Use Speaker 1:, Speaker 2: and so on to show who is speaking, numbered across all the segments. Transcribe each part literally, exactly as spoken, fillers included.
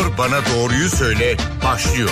Speaker 1: Doktor Bana Doğruyu Söyle başlıyor.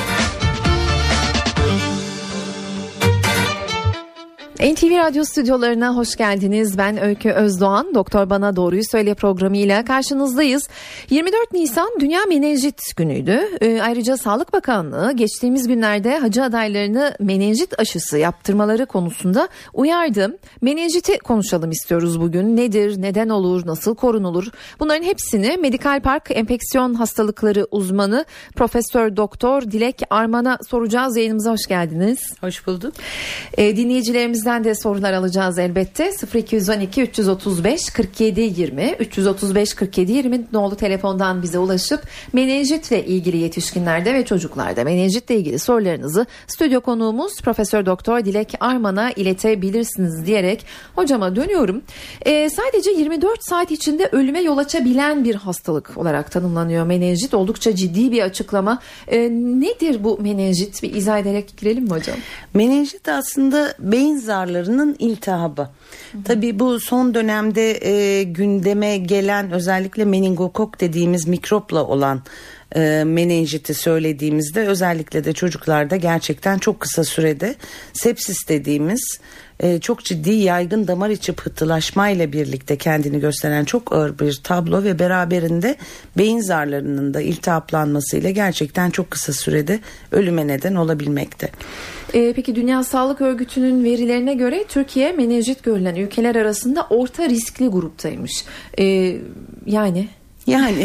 Speaker 2: N T V Radyo stüdyolarına hoş geldiniz. Ben Öykü Özdoğan. Doktor Bana Doğruyu Söyle programıyla karşınızdayız. yirmi dört Nisan Dünya Menenjit Günü'ydü. Ee, ayrıca Sağlık Bakanlığı geçtiğimiz günlerde hacı adaylarını menenjit aşısı yaptırmaları konusunda uyardı. Menenjiti konuşalım istiyoruz bugün. Nedir, neden olur, nasıl korunulur? Bunların hepsini Medikal Park Enfeksiyon Hastalıkları uzmanı Profesör Doktor Dilek Arman'a soracağız. Yayınımıza hoş geldiniz.
Speaker 3: Hoş bulduk.
Speaker 2: Ee, dinleyicilerimizden de sorular alacağız elbette. sıfır iki on iki üç otuz beş kırk yedi yirmi üç otuz beş kırk yedi yirmi nolu telefondan bize ulaşıp menenjitle ilgili yetişkinlerde ve çocuklarda menenjitle ilgili sorularınızı stüdyo konuğumuz Profesör Doktor Dilek Arman'a iletebilirsiniz diyerek hocama dönüyorum. Ee, sadece yirmi dört saat içinde ölüme yol açabilen bir hastalık olarak tanımlanıyor menenjit. Oldukça ciddi bir açıklama. Ee, nedir bu menenjit? Bir izah ederek girelim mi hocam?
Speaker 3: Menenjit aslında beyin zarlarının iltihabı. Hı hı. Tabii bu son dönemde e, gündeme gelen özellikle meningokok dediğimiz mikropla olan e, menenjiti söylediğimizde özellikle de çocuklarda gerçekten çok kısa sürede sepsis dediğimiz e, çok ciddi yaygın damar içi pıhtılaşmayla birlikte kendini gösteren çok ağır bir tablo ve beraberinde beyin zarlarının da iltihaplanmasıyla gerçekten çok kısa sürede ölüme neden olabilmekte.
Speaker 2: Ee, peki Dünya Sağlık Örgütü'nün verilerine göre Türkiye menenjit görülen ülkeler arasında orta riskli gruptaymış. Ee, yani...
Speaker 3: Yani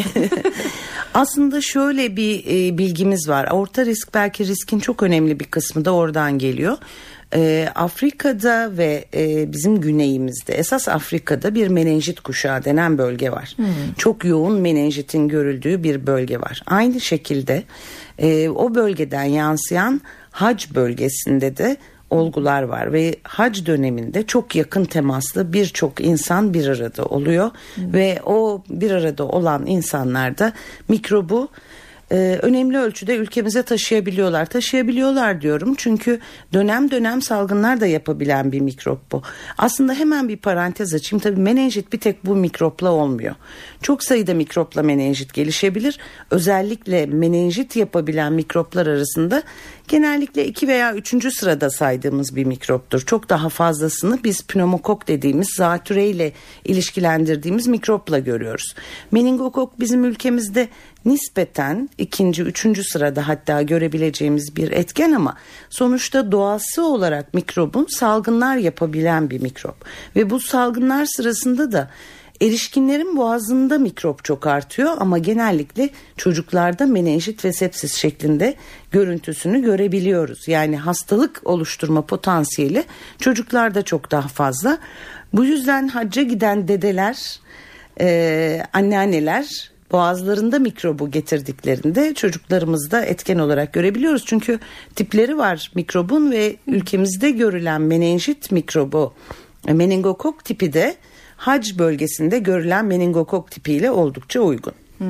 Speaker 3: aslında şöyle bir e, bilgimiz var. Orta risk belki riskin çok önemli bir kısmı da oradan geliyor. E, Afrika'da ve e, bizim güneyimizde esas Afrika'da bir menenjit kuşağı denen bölge var. Hmm. Çok yoğun menenjitin görüldüğü bir bölge var. Aynı şekilde e, o bölgeden yansıyan hac bölgesinde de olgular var ve hac döneminde çok yakın temaslı birçok insan bir arada oluyor. Hmm. Ve o bir arada olan insanlar da mikrobu Ee, önemli ölçüde ülkemize taşıyabiliyorlar. Taşıyabiliyorlar diyorum çünkü dönem dönem salgınlar da yapabilen bir mikrop bu. Aslında hemen bir parantez açayım. Tabii menenjit bir tek bu mikropla olmuyor. Çok sayıda mikropla menenjit gelişebilir. Özellikle menenjit yapabilen mikroplar arasında genellikle iki veya üçüncü sırada saydığımız bir mikroptur. Çok daha fazlasını biz pneumokok dediğimiz zatüreyle ilişkilendirdiğimiz mikropla görüyoruz. Meningokok bizim ülkemizde nispeten ikinci, üçüncü sırada hatta görebileceğimiz bir etken ama sonuçta doğası olarak mikrobun salgınlar yapabilen bir mikrop. Ve bu salgınlar sırasında da erişkinlerin boğazında mikrop çok artıyor ama genellikle çocuklarda menenjit ve sepsis şeklinde görüntüsünü görebiliyoruz. Yani hastalık oluşturma potansiyeli çocuklarda çok daha fazla. Bu yüzden hacca giden dedeler, e, anneanneler boğazlarında mikrobu getirdiklerinde çocuklarımızda etken olarak görebiliyoruz. Çünkü tipleri var mikrobun ve ülkemizde görülen menenjit mikrobu, meningokok tipi de hac bölgesinde görülen meningokok tipiyle oldukça uygun.
Speaker 2: Hı.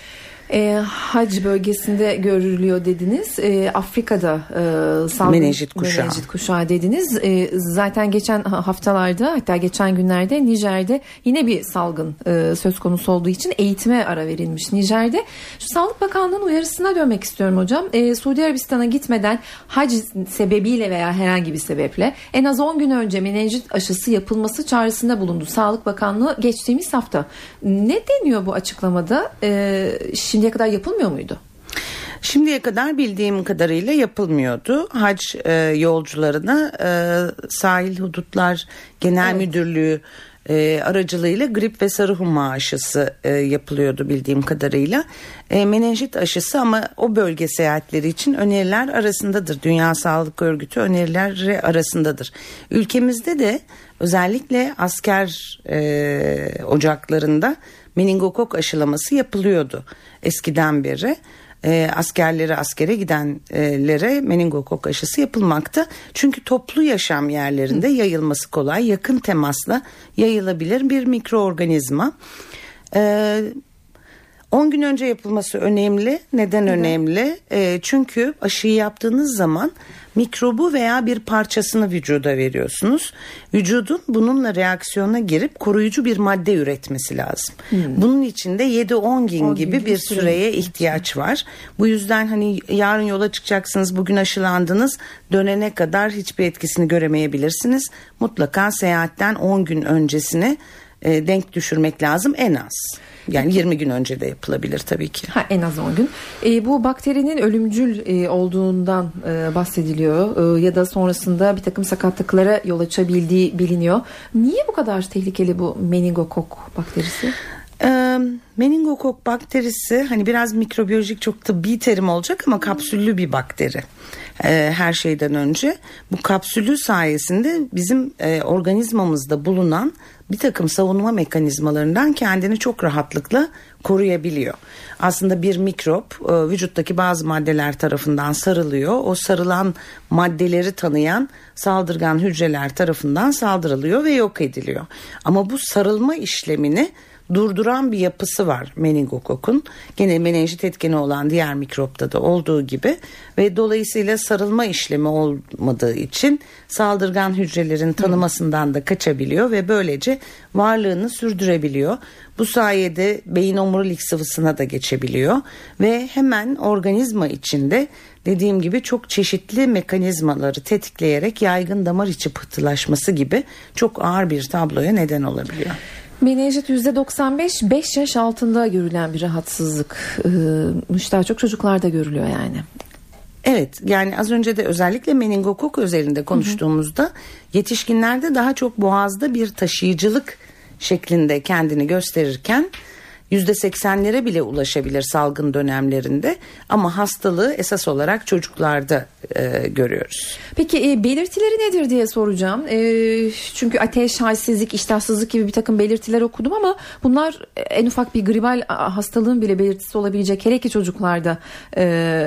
Speaker 2: E, hac bölgesinde görülüyor dediniz. E, Afrika'da e, salgın
Speaker 3: menenjit kuşağı.
Speaker 2: menenjit kuşağı dediniz. E, zaten geçen haftalarda hatta geçen günlerde Nijer'de yine bir salgın e, söz konusu olduğu için eğitime ara verilmiş Nijer'de. Şu Sağlık Bakanlığı'nın uyarısına dönmek istiyorum hocam. E, Suudi Arabistan'a gitmeden hac sebebiyle veya herhangi bir sebeple en az on gün önce menenjit aşısı yapılması çağrısında bulundu Sağlık Bakanlığı geçtiğimiz hafta. Ne deniyor bu açıklamada? E, Şimdiye kadar yapılmıyor muydu?
Speaker 3: Şimdiye kadar bildiğim kadarıyla yapılmıyordu. Hac e, yolcularına e, Sahil Hudutlar Genel evet. Müdürlüğü e, aracılığıyla grip ve sarı huma aşısı e, yapılıyordu bildiğim kadarıyla. E, menenjit aşısı ama o bölge seyahatleri için öneriler arasındadır. Dünya Sağlık Örgütü önerileri arasındadır. Ülkemizde de özellikle asker e, ocaklarında meningokok aşılaması yapılıyordu eskiden beri. E, askerlere askere gidenlere meningokok aşısı yapılmakta. Çünkü toplu yaşam yerlerinde yayılması kolay, yakın temasla yayılabilir bir mikroorganizma. E, on gün önce yapılması önemli. Neden evet. önemli? E, çünkü aşıyı yaptığınız zaman mikrobu veya bir parçasını vücuda veriyorsunuz. Vücudun bununla reaksiyona girip koruyucu bir madde üretmesi lazım. Hmm. Bunun için de yedi on gün gibi gün bir süreye süre. ihtiyaç var. Bu yüzden hani yarın yola çıkacaksınız, bugün aşılandınız, dönene kadar hiçbir etkisini göremeyebilirsiniz. Mutlaka seyahatten on gün öncesine e, denk düşürmek lazım en az. Yani yirmi gün önce de yapılabilir tabii ki.
Speaker 2: Ha, en az on gün. E, bu bakterinin ölümcül e, olduğundan e, bahsediliyor. E, ya da sonrasında bir takım sakatlıklara yol açabildiği biliniyor. Niye bu kadar tehlikeli bu meningokok bakterisi?
Speaker 3: E, meningokok bakterisi hani biraz mikrobiyolojik, çok tıbbi terim olacak ama kapsüllü bir bakteri. E, her şeyden önce bu kapsülü sayesinde bizim e, organizmamızda bulunan bir takım savunma mekanizmalarından kendini çok rahatlıkla koruyabiliyor. Aslında bir mikrop e, vücuttaki bazı maddeler tarafından sarılıyor. O sarılan maddeleri tanıyan saldırgan hücreler tarafından saldırılıyor ve yok ediliyor. Ama bu sarılma işlemini durduran bir yapısı var meningokokun. Gene menenjit etkeni olan diğer mikropta da olduğu gibi ve dolayısıyla sarılma işlemi olmadığı için saldırgan hücrelerin tanımasından da kaçabiliyor ve böylece varlığını sürdürebiliyor. Bu sayede beyin omurilik sıvısına da geçebiliyor ve hemen organizma içinde dediğim gibi çok çeşitli mekanizmaları tetikleyerek yaygın damar içi pıhtılaşması gibi çok ağır bir tabloya neden olabiliyor.
Speaker 2: Menenjit yüzde doksan beş beş yaş altında görülen bir rahatsızlık. Ee, daha çok çocuklarda görülüyor yani.
Speaker 3: Evet, yani az önce de özellikle meningokok özelinde konuştuğumuzda hı hı. yetişkinlerde daha çok boğazda bir taşıyıcılık şeklinde kendini gösterirken yüzde seksenlere bile ulaşabilir salgın dönemlerinde ama hastalığı esas olarak çocuklarda e, görüyoruz.
Speaker 2: Peki e, belirtileri nedir diye soracağım. E, çünkü ateş, halsizlik, iştahsızlık gibi bir takım belirtiler okudum ama bunlar en ufak bir gribal hastalığın bile belirtisi olabilecek, hele ki çocuklarda e,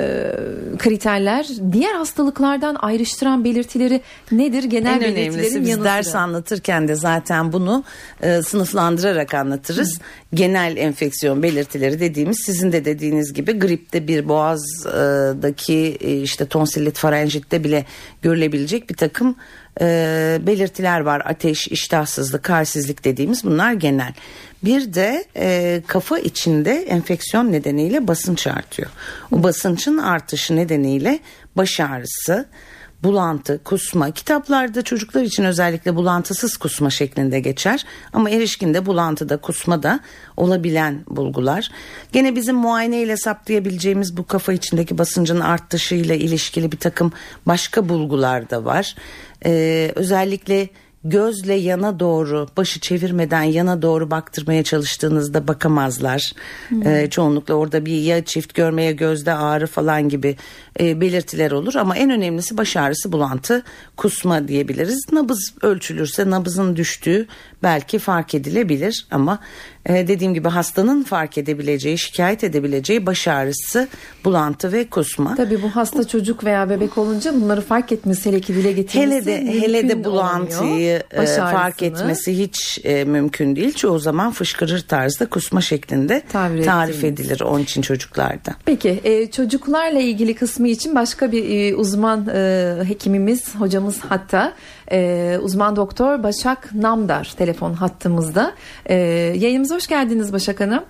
Speaker 2: kriterler. Diğer hastalıklardan ayrıştıran belirtileri nedir? Genel
Speaker 3: en
Speaker 2: belirtilerin
Speaker 3: önemlisi biz
Speaker 2: yanı
Speaker 3: ders
Speaker 2: sıra.
Speaker 3: anlatırken de zaten bunu e, sınıflandırarak anlatırız. Hı. Genel enfeksiyon belirtileri dediğimiz, sizin de dediğiniz gibi gripte bir boğazdaki işte tonsillit, farenjitte bile görülebilecek bir takım e, belirtiler var. Ateş, iştahsızlık, halsizlik dediğimiz bunlar genel. Bir de e, kafa içinde enfeksiyon nedeniyle basınç artıyor. O basınçın artışı nedeniyle baş ağrısı, bulantı, kusma. Kitaplarda çocuklar için özellikle bulantısız kusma şeklinde geçer. Ama erişkinde bulantı da kusma da olabilen bulgular. Gene bizim muayeneyle saptayabileceğimiz bu kafa içindeki basıncın artışıyla ilişkili bir takım başka bulgular da var. Ee, özellikle gözle yana doğru, başı çevirmeden yana doğru baktırmaya çalıştığınızda bakamazlar. Hmm. Ee, çoğunlukla orada bir ya çift görme ya gözde ağrı falan gibi e, belirtiler olur. Ama en önemlisi baş ağrısı, bulantı, kusma diyebiliriz. Nabız ölçülürse nabızın düştüğü belki fark edilebilir ama e, dediğim gibi hastanın fark edebileceği, şikayet edebileceği baş ağrısı, bulantı ve kusma.
Speaker 2: Tabii bu hasta çocuk veya bebek olunca bunları fark etmesi, hele ki dile getirmesi
Speaker 3: hele de hele de bulantıyı e, fark etmesi hiç e, mümkün değil. Çoğu zaman fışkırır tarzda kusma şeklinde Tabir tarif edilir onun için çocuklarda.
Speaker 2: Peki e, çocuklarla ilgili kısmı için başka bir e, uzman e, hekimimiz, hocamız hatta e, uzman doktor Başak Namdar telefon hattımızda. E, yayınımıza hoş geldiniz Başak Hanım.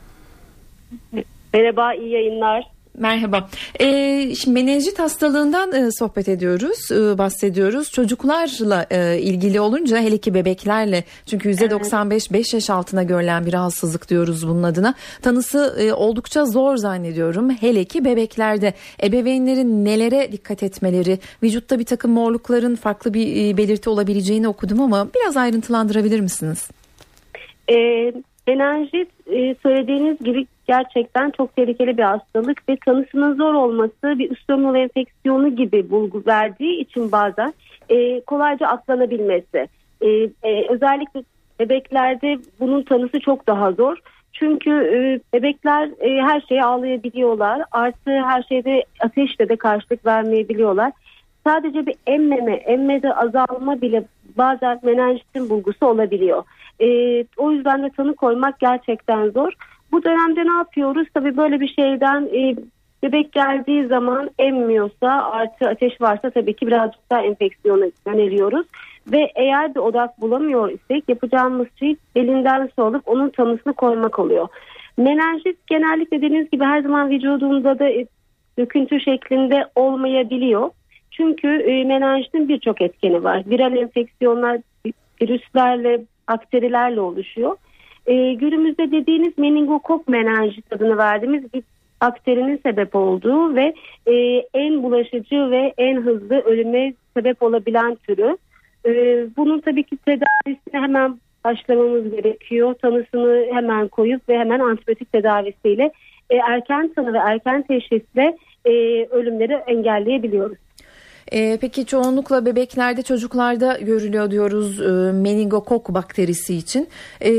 Speaker 4: Merhaba, iyi yayınlar.
Speaker 2: Merhaba. Ee, şimdi menenjit hastalığından e, sohbet ediyoruz, e, bahsediyoruz. Çocuklarla e, ilgili olunca, hele ki bebeklerle, çünkü yüzde doksan beş beş yaş altına görülen bir rahatsızlık diyoruz bunun adına. Tanısı e, oldukça zor zannediyorum. Hele ki bebeklerde ebeveynlerin nelere dikkat etmeleri, vücutta bir takım morlukların farklı bir e, belirti olabileceğini okudum ama biraz ayrıntılandırabilir misiniz?
Speaker 4: E, menenjit e, söylediğiniz gibi gerçekten çok tehlikeli bir hastalık ve tanısının zor olması bir üst yol enfeksiyonu gibi bulgu verdiği için bazen e, kolayca atlanabilmesi. E, e, özellikle bebeklerde bunun tanısı çok daha zor. Çünkü e, bebekler e, her şeye ağlayabiliyorlar. Artı her şeyde ateşle de karşılık vermeyebiliyorlar. Sadece bir emmeme, emmede azalma bile bazen menenjitin bulgusu olabiliyor. E, o yüzden de tanı koymak gerçekten zor. Bu dönemde ne yapıyoruz? Tabii böyle bir şeyden e, bebek geldiği zaman emmiyorsa, artı ateş varsa tabii ki birazcık daha enfeksiyona yöneliyoruz. Ve eğer bir odak bulamıyor isek yapacağımız şey elinden su alıp onun tanısını koymak oluyor. Menenjit genellikle dediğiniz gibi her zaman vücudunda da döküntü şeklinde olmayabiliyor. Çünkü e, menenjitin birçok etkeni var. Viral enfeksiyonlar virüslerle, bakterilerle oluşuyor. E, günümüzde dediğiniz meningokok menenjit adını verdiğimiz bir bakterinin sebep olduğu ve e, en bulaşıcı ve en hızlı ölüme sebep olabilen türü. E, bunun tabii ki tedavisine hemen başlamamız gerekiyor. Tanısını hemen koyup ve hemen antibiyotik tedavisiyle e, erken tanı ve erken teşhisle e, ölümleri engelleyebiliyoruz.
Speaker 2: Ee, peki çoğunlukla bebeklerde, çocuklarda görülüyor diyoruz e, meningokok bakterisi için. E,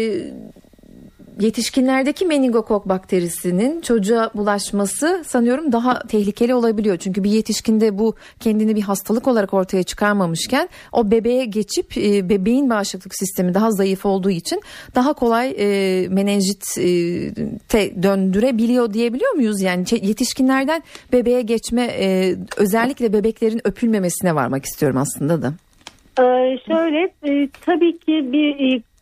Speaker 2: yetişkinlerdeki meningokok bakterisinin çocuğa bulaşması sanıyorum daha tehlikeli olabiliyor. Çünkü bir yetişkinde bu kendini bir hastalık olarak ortaya çıkarmamışken o bebeğe geçip e, bebeğin bağışıklık sistemi daha zayıf olduğu için daha kolay e, menenjite döndürebiliyor diyebiliyor muyuz? Yani yetişkinlerden bebeğe geçme, e, özellikle bebeklerin öpülmemesine varmak istiyorum aslında da.
Speaker 4: Ee, şöyle e, tabii ki bir e,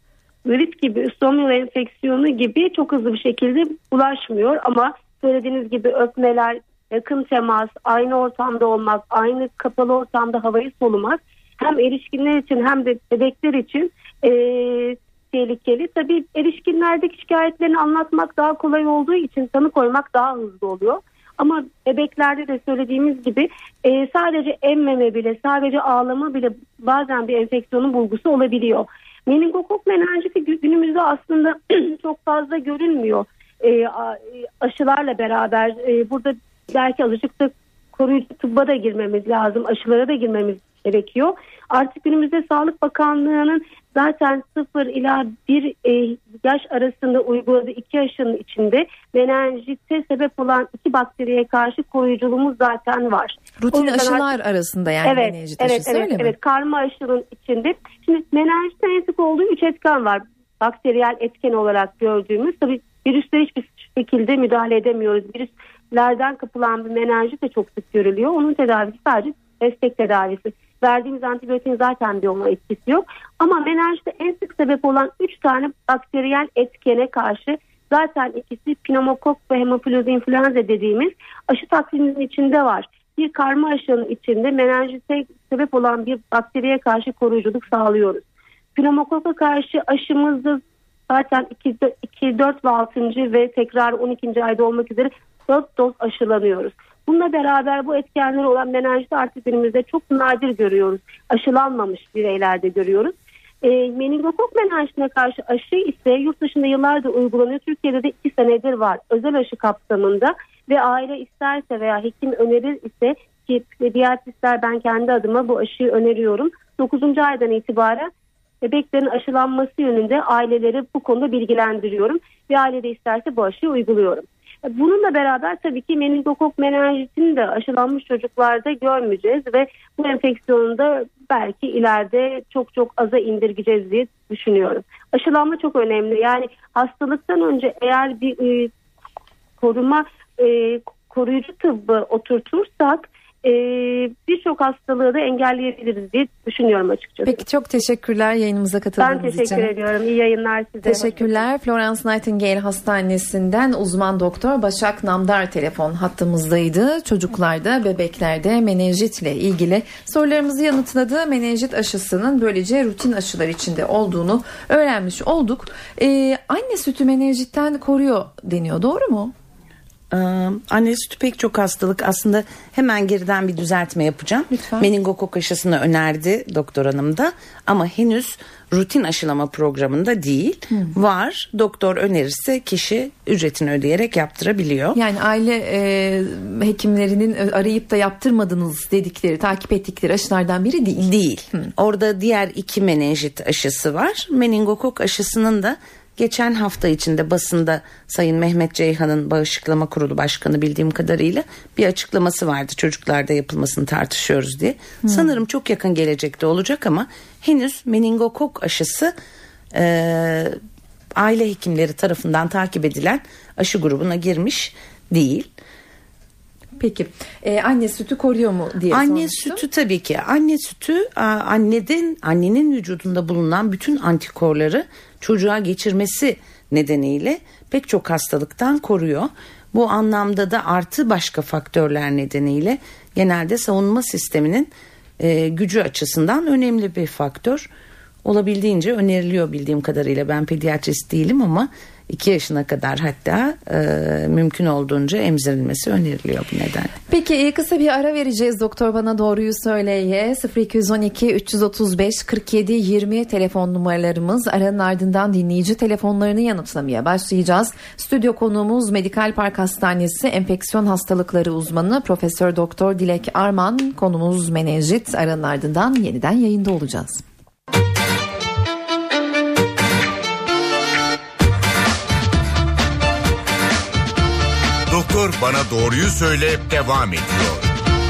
Speaker 4: grip gibi, üstomyal enfeksiyonu gibi çok hızlı bir şekilde bulaşmıyor. Ama söylediğiniz gibi öpmeler, yakın temas, aynı ortamda olmak, aynı kapalı ortamda havayı solumak hem erişkinler için hem de bebekler için e, tehlikeli. Tabii erişkinlerdeki şikayetlerini anlatmak daha kolay olduğu için tanı koymak daha hızlı oluyor. Ama bebeklerde de söylediğimiz gibi e, sadece emmeme bile, sadece ağlama bile bazen bir enfeksiyonun bulgusu olabiliyor. Meningokok menenjiti günümüzde aslında çok fazla görünmüyor e, aşılarla beraber. E, burada belki azıcık da koruyucu tıbba da girmemiz lazım, aşılara da girmemiz gerekiyor. Artık günümüzde Sağlık Bakanlığı'nın zaten sıfır ila bir e, yaş arasında uyguladığı iki aşının içinde menenjite sebep olan iki bakteriye karşı koruyuculuğumuz zaten var.
Speaker 2: Rutin aşılar artık arasında yani
Speaker 4: evet,
Speaker 2: menenjit
Speaker 4: evet,
Speaker 2: aşısı
Speaker 4: evet,
Speaker 2: öyle mi? Evet,
Speaker 4: karma aşının içinde. Şimdi menenjite en sık olduğu üç etken var. Bakteriyel etken olarak gördüğümüz. Tabii virüsler hiçbir şekilde müdahale edemiyoruz. Virüslerden kapılan bir menenjit de çok sık görülüyor. Onun tedavisi sadece destek tedavisi. Verdiğimiz antibiyotin zaten bir ona etkisi yok. Ama menenjite en sık sebep olan üç tane bakteriyel etkene karşı zaten ikisi pneumokok ve hemofiluz influenza dediğimiz aşı takvimimizin içinde var. Bir karma aşının içinde menenjite sebep olan bir bakteriye karşı koruyuculuk sağlıyoruz. Pneumokoka karşı aşımızda zaten iki, dört ve altıncı ve tekrar on ikinci ayda olmak üzere dört doz aşılanıyoruz. Bununla beraber bu etkenleri olan menenjiti artık günümüzde çok nadir görüyoruz. Aşılanmamış bireylerde görüyoruz. E, meningokok menenjitine karşı aşı ise yurt dışında yıllardır uygulanıyor. Türkiye'de de iki senedir var. Özel aşı kapsamında ve aile isterse veya hekim önerir ise ki pediatristler ben kendi adıma bu aşıyı öneriyorum. dokuzuncu aydan itibaren bebeklerin aşılanması yönünde aileleri bu konuda bilgilendiriyorum. Bir aile de isterse bu aşıyı uyguluyorum. Bununla beraber tabii ki meningokok menenjitini de aşılanmış çocuklarda görmeyeceğiz ve bu enfeksiyonu da belki ileride çok çok aza indirgeyeceğiz diye düşünüyorum. Aşılanma çok önemli. Yani hastalıktan önce eğer bir e, koruma e, koruyucu tıbbı oturtursak e, birçok hastalığı da engelleyebiliriz diye düşünüyorum açıkçası.
Speaker 2: Peki çok teşekkürler yayınımıza katıldığınız için.
Speaker 4: Ben teşekkür
Speaker 2: için.
Speaker 4: ediyorum. İyi yayınlar size.
Speaker 2: Teşekkürler. Florence Nightingale Hastanesi'nden uzman doktor Başak Namdar telefon hattımızdaydı. Çocuklarda, bebeklerde menenjitle ilgili sorularımızı yanıtladı. Menenjit aşısının böylece rutin aşılar içinde olduğunu öğrenmiş olduk. Ee, anne sütü menenjitten koruyor deniyor. Doğru mu?
Speaker 3: Ee, anne sütü pek çok hastalık aslında hemen geriden bir düzeltme yapacağım.
Speaker 2: Lütfen.
Speaker 3: Meningokok aşısını önerdi doktor hanım da ama henüz rutin aşılama programında değil. Hmm. Var, doktor önerirse kişi ücretini ödeyerek yaptırabiliyor.
Speaker 2: Yani aile e, hekimlerinin arayıp da yaptırmadınız dedikleri, takip ettikleri aşılardan biri değil.
Speaker 3: Değil. Hmm. Orada diğer iki menenjit aşısı var. Meningokok aşısının da geçen hafta içinde basında Sayın Mehmet Ceyhan'ın Bağışıklama Kurulu Başkanı bildiğim kadarıyla bir açıklaması vardı. Çocuklarda yapılmasını tartışıyoruz diye. Hmm. Sanırım çok yakın gelecekte olacak ama henüz meningokok aşısı e, aile hekimleri tarafından takip edilen aşı grubuna girmiş değil.
Speaker 2: Peki ee, anne sütü koruyor mu diye
Speaker 3: Anne
Speaker 2: sormuştum.
Speaker 3: sütü tabii ki. Anne sütü anneden annenin vücudunda bulunan bütün antikorları çocuğa geçirmesi nedeniyle pek çok hastalıktan koruyor. Bu anlamda da artı başka faktörler nedeniyle genelde savunma sisteminin e, gücü açısından önemli bir faktör. Olabildiğince öneriliyor bildiğim kadarıyla. Ben pediatrist değilim ama iki yaşına kadar hatta e, mümkün olduğunca emzirilmesi öneriliyor bu nedenle.
Speaker 2: Peki kısa bir ara vereceğiz. Doktor bana doğruyu söyleye. sıfır iki on iki üç otuz beş kırk yedi yirmi telefon numaralarımız. Aranın ardından dinleyici telefonlarını yanıtlamaya başlayacağız. Stüdyo konuğumuz Medikal Park Hastanesi Enfeksiyon Hastalıkları Uzmanı Profesör Doktor Dilek Arman. Konumuz menenjit. Aranın ardından yeniden yayında olacağız.
Speaker 1: Doktor Bana Doğruyu Söyle devam ediyor.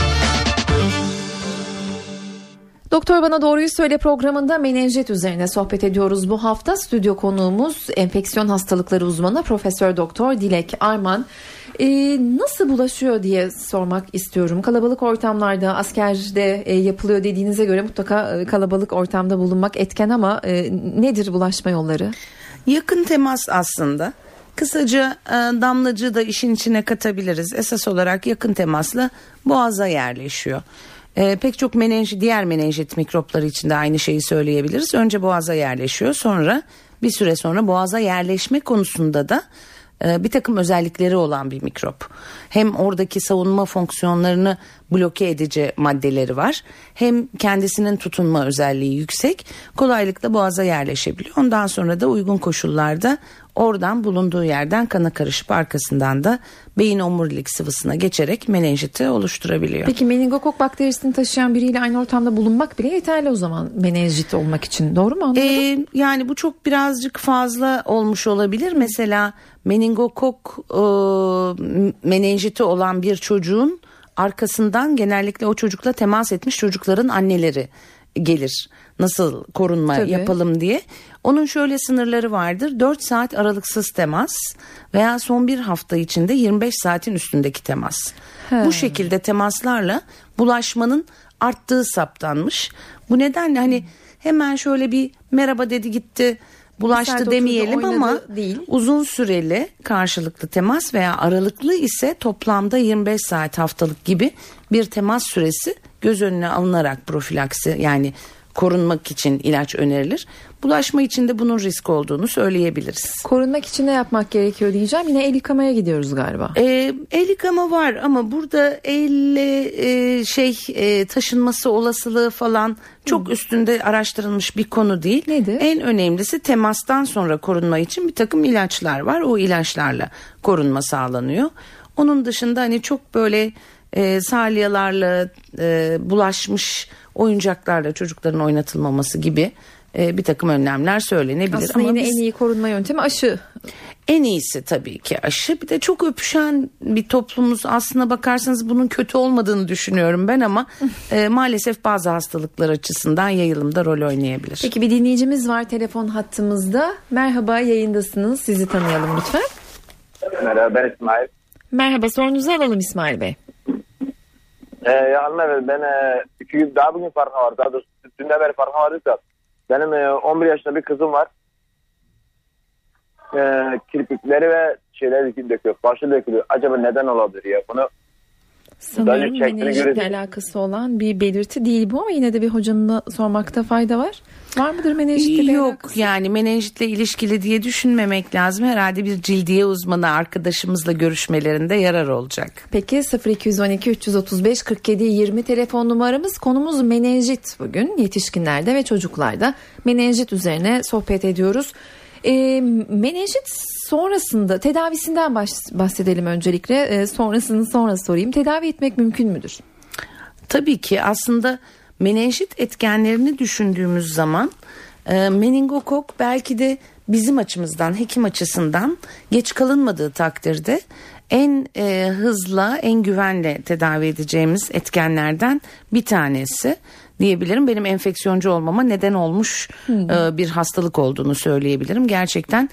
Speaker 2: Doktor Bana Doğruyu Söyle programında menenjit üzerine sohbet ediyoruz. Bu hafta stüdyo konuğumuz enfeksiyon hastalıkları uzmanı Profesör Doktor Dilek Arman. Ee, nasıl bulaşıyor diye sormak istiyorum. Kalabalık ortamlarda, askerde e, yapılıyor dediğinize göre mutlaka e, kalabalık ortamda bulunmak etken ama e, nedir bulaşma yolları?
Speaker 3: Yakın temas aslında. Kısaca e, damlacığı da işin içine katabiliriz. Esas olarak yakın temasla boğaza yerleşiyor. E, pek çok menenjit, diğer menenjit mikropları için de aynı şeyi söyleyebiliriz. Önce boğaza yerleşiyor, sonra bir süre sonra boğaza yerleşme konusunda da e, bir takım özellikleri olan bir mikrop. Hem oradaki savunma fonksiyonlarını bloke edici maddeleri var, hem kendisinin tutunma özelliği yüksek, kolaylıkla boğaza yerleşebiliyor. Ondan sonra da uygun koşullarda oradan bulunduğu yerden kana karışıp arkasından da beyin omurilik sıvısına geçerek menenjiti oluşturabiliyor.
Speaker 2: Peki meningokok bakterisini taşıyan biriyle aynı ortamda bulunmak bile yeterli o zaman menenjit olmak için, doğru mu anladım?
Speaker 3: Ee, yani bu çok birazcık fazla olmuş olabilir. Mesela meningokok e, menenjiti olan bir çocuğun arkasından genellikle o çocukla temas etmiş çocukların anneleri gelir. Nasıl korunma
Speaker 2: Tabii.
Speaker 3: yapalım diye. Onun şöyle sınırları vardır. dört saat aralıksız temas veya son bir hafta içinde yirmi beş saatin üstündeki temas.
Speaker 2: He.
Speaker 3: Bu şekilde temaslarla bulaşmanın arttığı saptanmış. Bu nedenle hani hemen şöyle bir merhaba dedi gitti, bulaştı demeyelim ama
Speaker 2: değil.
Speaker 3: Uzun süreli karşılıklı temas veya aralıklı ise toplamda yirmi beş saat haftalık gibi bir temas süresi göz önüne alınarak profilaksi, yani korunmak için ilaç önerilir. Bulaşma için de bunun risk olduğunu söyleyebiliriz.
Speaker 2: Korunmak için ne yapmak gerekiyor diyeceğim. Yine el yıkamaya gidiyoruz galiba.
Speaker 3: Ee, el yıkama var ama burada elle e, şey e, taşınması olasılığı falan çok Hı. üstünde araştırılmış bir konu değil.
Speaker 2: Nedir?
Speaker 3: En önemlisi temastan sonra korunma için bir takım ilaçlar var. O ilaçlarla korunma sağlanıyor. Onun dışında hani çok böyle e, salyalarla e, bulaşmış oyuncaklarla çocukların oynatılmaması gibi e, bir takım önlemler söylenebilir.
Speaker 2: Aslında
Speaker 3: ama
Speaker 2: yine
Speaker 3: biz,
Speaker 2: en iyi korunma yöntemi aşı.
Speaker 3: En iyisi tabii ki aşı. Bir de çok öpüşen bir toplumuz, aslına bakarsanız bunun kötü olmadığını düşünüyorum ben ama e, maalesef bazı hastalıklar açısından yayılımda rol oynayabilir.
Speaker 2: Peki bir dinleyicimiz var telefon hattımızda. Merhaba, yayındasınız. Sizi tanıyalım lütfen.
Speaker 5: Merhaba, ben İsmail.
Speaker 2: Merhaba, sorunuzu alalım İsmail Bey.
Speaker 5: Ee, ya hanımefendi, ben e, iki gün daha bugün farkına var. Daha doğrusu dünden beri farkına vardık da. Benim e, on bir yaşında bir kızım var. E, kirpikleri ve şeyler döküyor. Başı dökülüyor. Acaba neden olabilir ya? Bunu
Speaker 2: sanırım menenjitle alakası olan bir belirti değil bu ama yine de bir hocanın sormakta fayda var. Var mıdır menenjitle
Speaker 3: Yok
Speaker 2: alakası?
Speaker 3: Yani menenjitle ilişkili diye düşünmemek lazım. Herhalde bir cildiye uzmanı arkadaşımızla görüşmelerinde yarar olacak.
Speaker 2: Peki sıfır iki on iki üç otuz beş kırk yedi yirmi telefon numaramız. Konumuz menenjit bugün. Yetişkinlerde ve çocuklarda menenjit üzerine sohbet ediyoruz. E, menenjit sonrasında tedavisinden bahsedelim öncelikle. E, sonrasını sonra sorayım. Tedavi etmek mümkün müdür?
Speaker 3: Tabii ki aslında menenjit etkenlerini düşündüğümüz zaman e, meningokok belki de bizim açımızdan, hekim açısından geç kalınmadığı takdirde en e, hızla, en güvenle tedavi edeceğimiz etkenlerden bir tanesi diyebilirim. Benim enfeksiyoncu olmama neden olmuş hmm. e, bir hastalık olduğunu söyleyebilirim. Gerçekten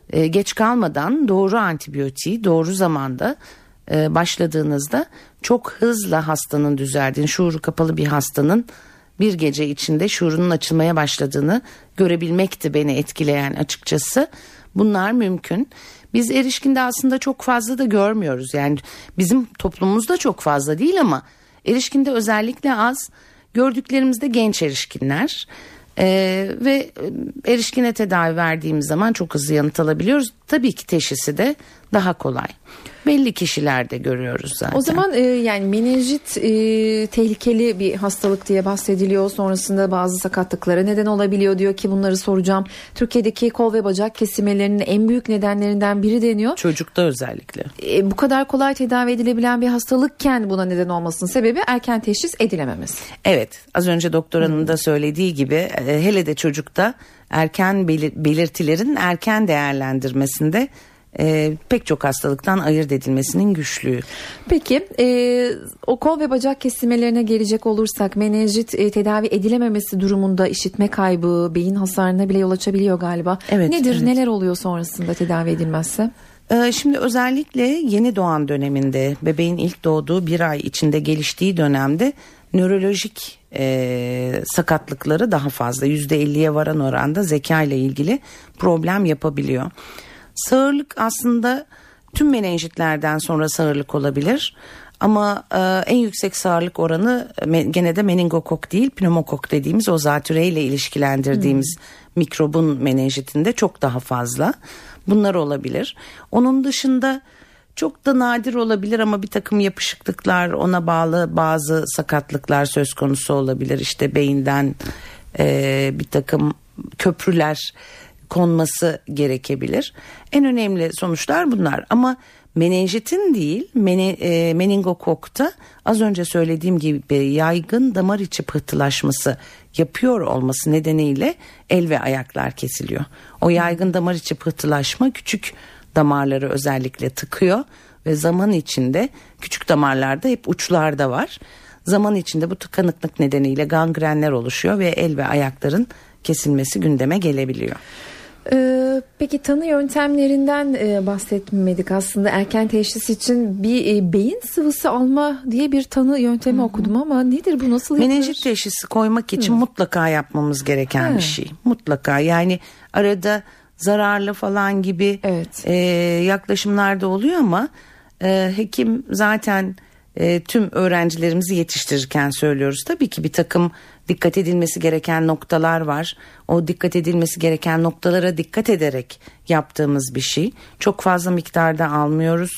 Speaker 3: e, geç kalmadan doğru antibiyotiği doğru zamanda e, başladığınızda çok hızla hastanın düzeldiğini, şuuru kapalı bir hastanın bir gece içinde şuurunun açılmaya başladığını görebilmekti beni etkileyen açıkçası. Bunlar mümkün. Biz erişkinde aslında çok fazla da görmüyoruz. Yani bizim toplumumuzda çok fazla değil ama erişkinde özellikle az. Gördüklerimizde genç erişkinler. Ee, ve erişkine tedavi verdiğimiz zaman çok hızlı yanıt alabiliyoruz. Tabii ki teşhisi de daha kolay. Belli kişilerde görüyoruz zaten.
Speaker 2: O zaman e, yani menenjit e, tehlikeli bir hastalık diye bahsediliyor. Sonrasında bazı sakatlıklara neden olabiliyor diyor ki bunları soracağım. Türkiye'deki kol ve bacak kesilmelerinin en büyük nedenlerinden biri deniyor.
Speaker 3: Çocukta özellikle.
Speaker 2: E, bu kadar kolay tedavi edilebilen bir hastalıkken buna neden olmasının sebebi erken teşhis edilememesi.
Speaker 3: Evet, az önce doktor hanım da söylediği gibi e, hele de çocukta erken belir- belirtilerin erken değerlendirmesinde e, pek çok hastalıktan ayırt edilmesinin güçlüğü.
Speaker 2: Peki e, o kol ve bacak kesilmelerine gelecek olursak menenjit e, tedavi edilememesi durumunda işitme kaybı, beyin hasarına bile yol açabiliyor galiba.
Speaker 3: Evet,
Speaker 2: Nedir,
Speaker 3: evet.
Speaker 2: neler oluyor sonrasında tedavi edilmezse?
Speaker 3: Şimdi özellikle yeni doğan döneminde, bebeğin ilk doğduğu bir ay içinde geliştiği dönemde nörolojik e, sakatlıkları daha fazla, yüzde elliye varan oranda zeka ile ilgili problem yapabiliyor. Sağırlık aslında tüm menenjitlerden sonra sağırlık olabilir. Ama e, en yüksek sağırlık oranı me, gene de meningokok değil, pneumokok dediğimiz o zatüreyle ilişkilendirdiğimiz hmm. mikrobun menenjitinde çok daha fazla. Bunlar olabilir. Onun dışında çok da nadir olabilir ama bir takım yapışıklıklar, ona bağlı bazı sakatlıklar söz konusu olabilir. İşte beyinden e, bir takım köprüler konması gerekebilir. En önemli sonuçlar bunlar ama menenjitin değil mene, e, meningokokta az önce söylediğim gibi yaygın damar içi pıhtılaşması yapıyor olması nedeniyle el ve ayaklar kesiliyor. O yaygın damar içi pıhtılaşma küçük damarları özellikle tıkıyor ve zaman içinde küçük damarlarda hep uçlarda var. Zaman içinde bu tıkanıklık nedeniyle gangrenler oluşuyor ve el ve ayakların kesilmesi gündeme gelebiliyor.
Speaker 2: Ee, peki tanı yöntemlerinden e, bahsetmedik aslında. Erken teşhis için bir e, beyin sıvısı alma diye bir tanı yöntemi Hı-hı. okudum ama nedir bu, nasıl yapılır?
Speaker 3: Menenjit teşhisi koymak için Hı. mutlaka yapmamız gereken Hı. bir şey. Mutlaka, yani arada zararlı falan gibi evet. e, yaklaşımlar da oluyor ama e, hekim zaten e, tüm öğrencilerimizi yetiştirirken söylüyoruz. Tabii ki bir takım dikkat edilmesi gereken noktalar var. O dikkat edilmesi gereken noktalara dikkat ederek yaptığımız bir şey. Çok fazla miktarda almıyoruz.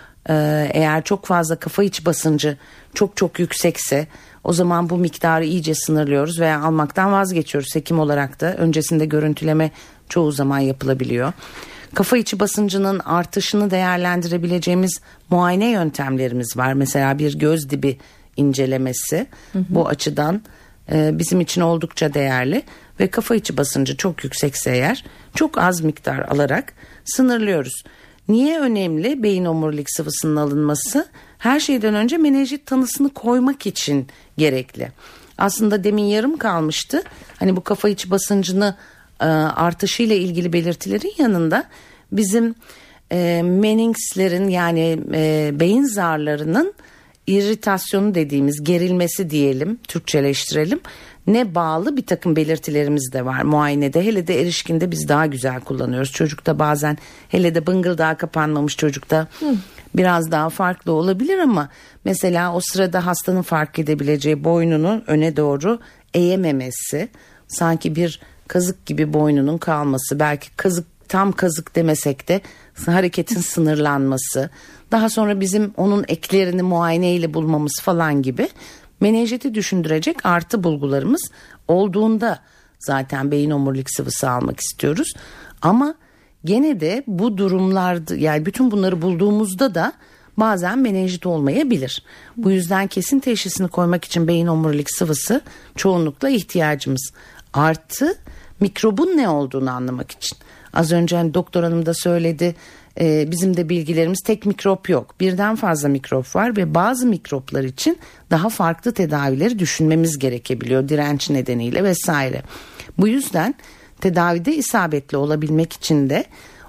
Speaker 3: Ee, eğer çok fazla kafa içi basıncı çok çok yüksekse o zaman bu miktarı iyice sınırlıyoruz veya almaktan vazgeçiyoruz. Hekim olarak da öncesinde görüntüleme çoğu zaman yapılabiliyor. Kafa içi basıncının artışını değerlendirebileceğimiz muayene yöntemlerimiz var. Mesela bir göz dibi incelemesi hı hı. bu açıdan bizim için oldukça değerli ve kafa içi basıncı çok yüksekse eğer çok az miktar alarak sınırlıyoruz. Niye önemli beyin omurilik sıvısının alınması? Her şeyden önce menenjit tanısını koymak için gerekli. Aslında demin yarım kalmıştı. Hani bu kafa içi basıncını e, artışıyla ilgili belirtilerin yanında bizim e, meninxlerin yani e, beyin zarlarının irritasyonu dediğimiz, gerilmesi diyelim, Türkçeleştirelim, ne bağlı bir takım belirtilerimiz de var muayenede. Hele de erişkinde biz daha güzel kullanıyoruz. Çocukta bazen, hele de bıngıldağı kapanmamış çocukta Hı. biraz daha farklı olabilir ama mesela o sırada hastanın fark edebileceği boynunun öne doğru eğememesi, sanki bir kazık gibi boynunun kalması, belki kazık, tam kazık demesek de hareketin sınırlanması, daha sonra bizim onun eklerini muayeneyle bulmamız falan gibi menenjiti düşündürecek artı bulgularımız olduğunda zaten beyin omurilik sıvısı almak istiyoruz. Ama gene de bu durumlarda, yani bütün bunları bulduğumuzda da bazen menenjit olmayabilir. Bu yüzden kesin teşhisini koymak için beyin omurilik sıvısı çoğunlukla ihtiyacımız. Artı mikrobun ne olduğunu anlamak için. Az önce hani doktor hanım da söyledi. Ee, bizim de bilgilerimiz tek mikrop yok. Birden fazla mikrop var ve bazı mikroplar için daha farklı tedavileri düşünmemiz gerekebiliyor. Direnç nedeniyle vesaire. Bu yüzden tedavide isabetli olabilmek için de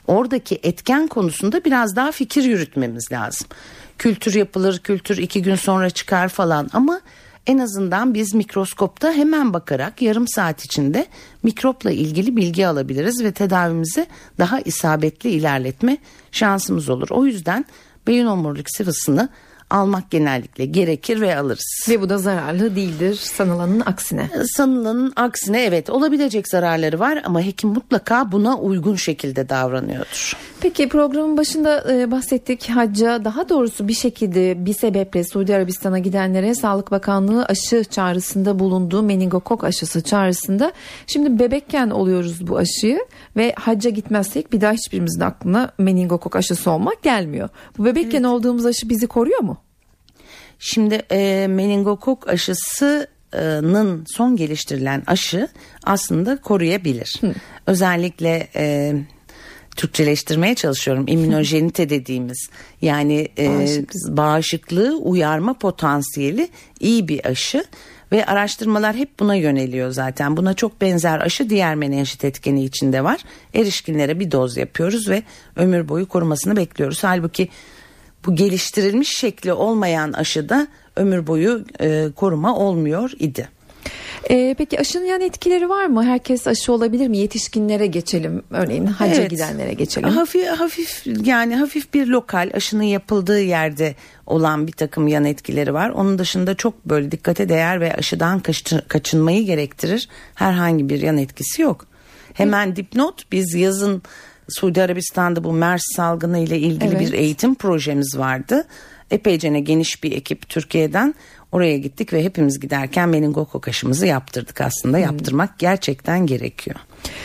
Speaker 3: oradaki etken konusunda biraz daha fikir yürütmemiz lazım. Kültür yapılır, kültür iki gün sonra çıkar falan ama en azından biz mikroskopta hemen bakarak yarım saat içinde mikropla ilgili bilgi alabiliriz ve tedavimizi daha isabetli ilerletme şansımız olur. O yüzden beyin omurilik sıvısını almak genellikle gerekir ve alırız.
Speaker 2: Ve bu da zararlı değildir sanılanın aksine.
Speaker 3: Sanılanın aksine evet, olabilecek zararları var ama hekim mutlaka buna uygun şekilde davranıyordur.
Speaker 2: Peki programın başında e, bahsettik hacca, daha doğrusu bir şekilde bir sebeple Suudi Arabistan'a gidenlere Sağlık Bakanlığı aşı çağrısında bulunduğu meningokok aşısı çağrısında. Şimdi bebekken oluyoruz bu aşıyı ve hacca gitmezsek bir daha hiçbirimizin aklına meningokok aşısı olmak gelmiyor. Bu bebekken evet. olduğumuz aşı bizi koruyor mu?
Speaker 3: Şimdi e, meningokok aşısının son geliştirilen aşı aslında koruyabilir. Hı. Özellikle e, Türkçeleştirmeye çalışıyorum. İmmünojenite dediğimiz yani e, Bağışıklık. bağışıklığı uyarma potansiyeli iyi bir aşı ve araştırmalar hep buna yöneliyor zaten. Buna çok benzer aşı diğer menenjit etkeni içinde var. Erişkinlere bir doz yapıyoruz ve ömür boyu korumasını bekliyoruz. Halbuki bu geliştirilmiş şekli olmayan aşıda ömür boyu e, koruma olmuyor idi.
Speaker 2: Ee, peki aşının yan etkileri var mı? Herkes aşı olabilir mi? Yetişkinlere geçelim. Örneğin hacca evet. gidenlere geçelim.
Speaker 3: Hafif, hafif yani hafif bir lokal aşının yapıldığı yerde olan bir takım yan etkileri var. Onun dışında çok böyle dikkate değer ve aşıdan kaçınmayı gerektirir herhangi bir yan etkisi yok. Hemen dipnot, biz yazın Suudi Arabistan'da bu MERS salgını ile ilgili evet. bir eğitim projemiz vardı. Epeyce geniş bir ekip Türkiye'den oraya gittik ve hepimiz giderken meningokok aşımızı yaptırdık aslında. Hmm. Yaptırmak gerçekten gerekiyor.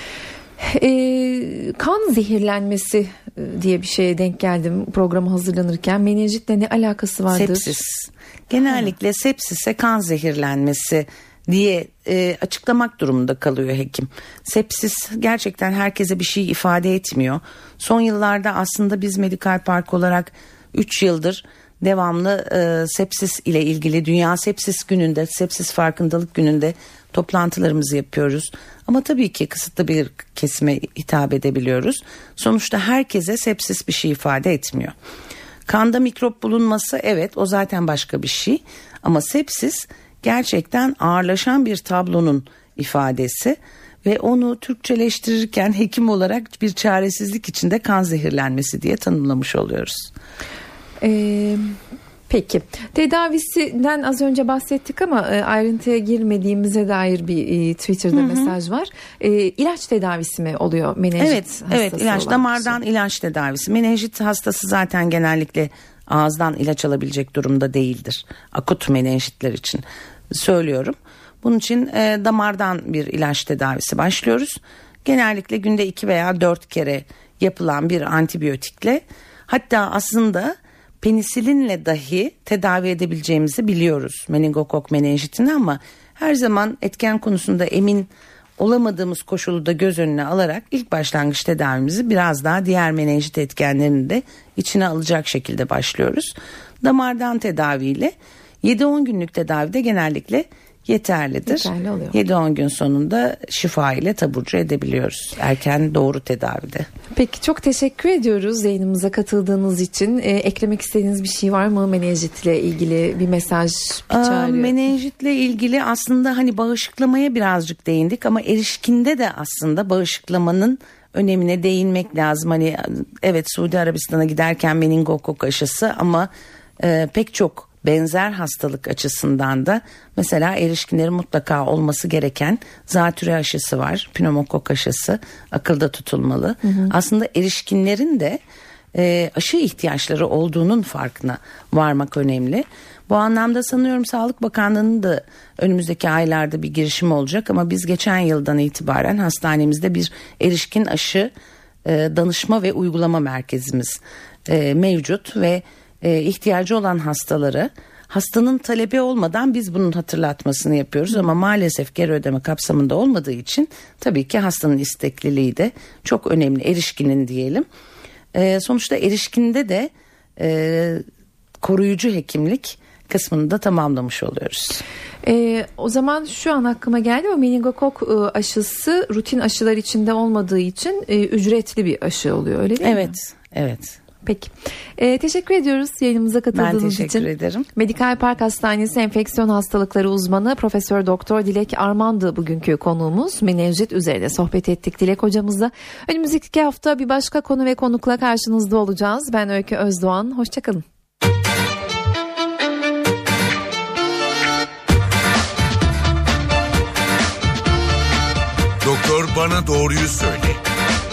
Speaker 2: Ee, kan zehirlenmesi diye bir şeye denk geldim programı hazırlanırken. Menenjitle ne alakası vardır?
Speaker 3: Sepsis. Genellikle ha. sepsise kan zehirlenmesi diye e, açıklamak durumunda kalıyor hekim. Sepsis gerçekten herkese bir şey ifade etmiyor. Son yıllarda aslında biz Medikal Park olarak üç yıldır devamlı e, sepsis ile ilgili Dünya Sepsis Günü'nde, Sepsis Farkındalık Günü'nde toplantılarımızı yapıyoruz. Ama tabii ki kısıtlı bir kesime hitap edebiliyoruz. Sonuçta herkese sepsis bir şey ifade etmiyor. Kanda mikrop bulunması evet, o zaten başka bir şey. Ama sepsis gerçekten ağırlaşan bir tablonun ifadesi ve onu Türkçeleştirirken hekim olarak bir çaresizlik içinde kan zehirlenmesi diye tanımlamış oluyoruz.
Speaker 2: Ee, peki tedavisinden az önce bahsettik ama e, ayrıntıya girmediğimize dair bir e, Twitter'da hı hı. mesaj var. E, ilaç tedavisi mi oluyor menenjit
Speaker 3: evet,
Speaker 2: hastası?
Speaker 3: Evet, ilaç damardan
Speaker 2: kişi.
Speaker 3: ilaç tedavisi. Menenjit hastası zaten genellikle ağızdan ilaç alabilecek durumda değildir. Akut menenjitler için söylüyorum. Bunun için e, damardan bir ilaç tedavisi başlıyoruz. Genellikle günde iki veya dört kere yapılan bir antibiyotikle, hatta aslında penisilinle dahi tedavi edebileceğimizi biliyoruz meningokok menenjitini, ama her zaman etken konusunda emin olamadığımız koşulu da göz önüne alarak ilk başlangıç tedavimizi biraz daha diğer menenjit etkenlerini de içine alacak şekilde başlıyoruz. Damardan tedaviyle yedi on günlük tedavide genellikle yeterlidir.
Speaker 2: Yeterli oluyor.
Speaker 3: yedi on gün sonunda şifa ile taburcu edebiliyoruz erken doğru tedavide.
Speaker 2: Peki çok teşekkür ediyoruz yayınımıza katıldığınız için. Ee, eklemek istediğiniz bir şey var mı menenjitle ilgili bir mesaj, bir çağrı?
Speaker 3: Menenjitle ilgili aslında hani bağışıklamaya birazcık değindik ama erişkinde de aslında bağışıklamanın önemine değinmek lazım. Hani evet, Suudi Arabistan'a giderken meningokok aşısı ama e, pek çok benzer hastalık açısından da mesela erişkinlerin mutlaka olması gereken zatürre aşısı var. Pneumokok aşısı akılda tutulmalı. Hı hı. Aslında erişkinlerin de e, aşı ihtiyaçları olduğunun farkına varmak önemli. Bu anlamda sanıyorum Sağlık Bakanlığı'nın da önümüzdeki aylarda bir girişimi olacak ama biz geçen yıldan itibaren hastanemizde bir erişkin aşı e, danışma ve uygulama merkezimiz e, mevcut ve e, ihtiyacı olan hastaları hastanın talebi olmadan biz bunun hatırlatmasını yapıyoruz ama maalesef geri ödeme kapsamında olmadığı için tabii ki hastanın istekliliği de çok önemli, erişkinin diyelim. E, sonuçta erişkinde de e, koruyucu hekimlik kısmını da tamamlamış oluyoruz.
Speaker 2: Ee, o zaman şu an aklıma geldi, o meningokok e, aşısı rutin aşılar içinde olmadığı için e, ücretli bir aşı oluyor, öyle değil
Speaker 3: evet,
Speaker 2: mi?
Speaker 3: Evet, evet.
Speaker 2: Peki. Ee, teşekkür ediyoruz yayınımıza katıldığınız için.
Speaker 3: Ben teşekkür
Speaker 2: için.
Speaker 3: ederim.
Speaker 2: Medikal Park Hastanesi Enfeksiyon Hastalıkları Uzmanı Profesör Doktor Dilek Arman'dı bugünkü konuğumuz. Menenjit üzerine sohbet ettik Dilek hocamızla. Önümüzdeki hafta bir başka konu ve konukla karşınızda olacağız. Ben Öykü Özdoğan. Hoşçakalın.
Speaker 1: Doktor Bana Doğruyu Söyle.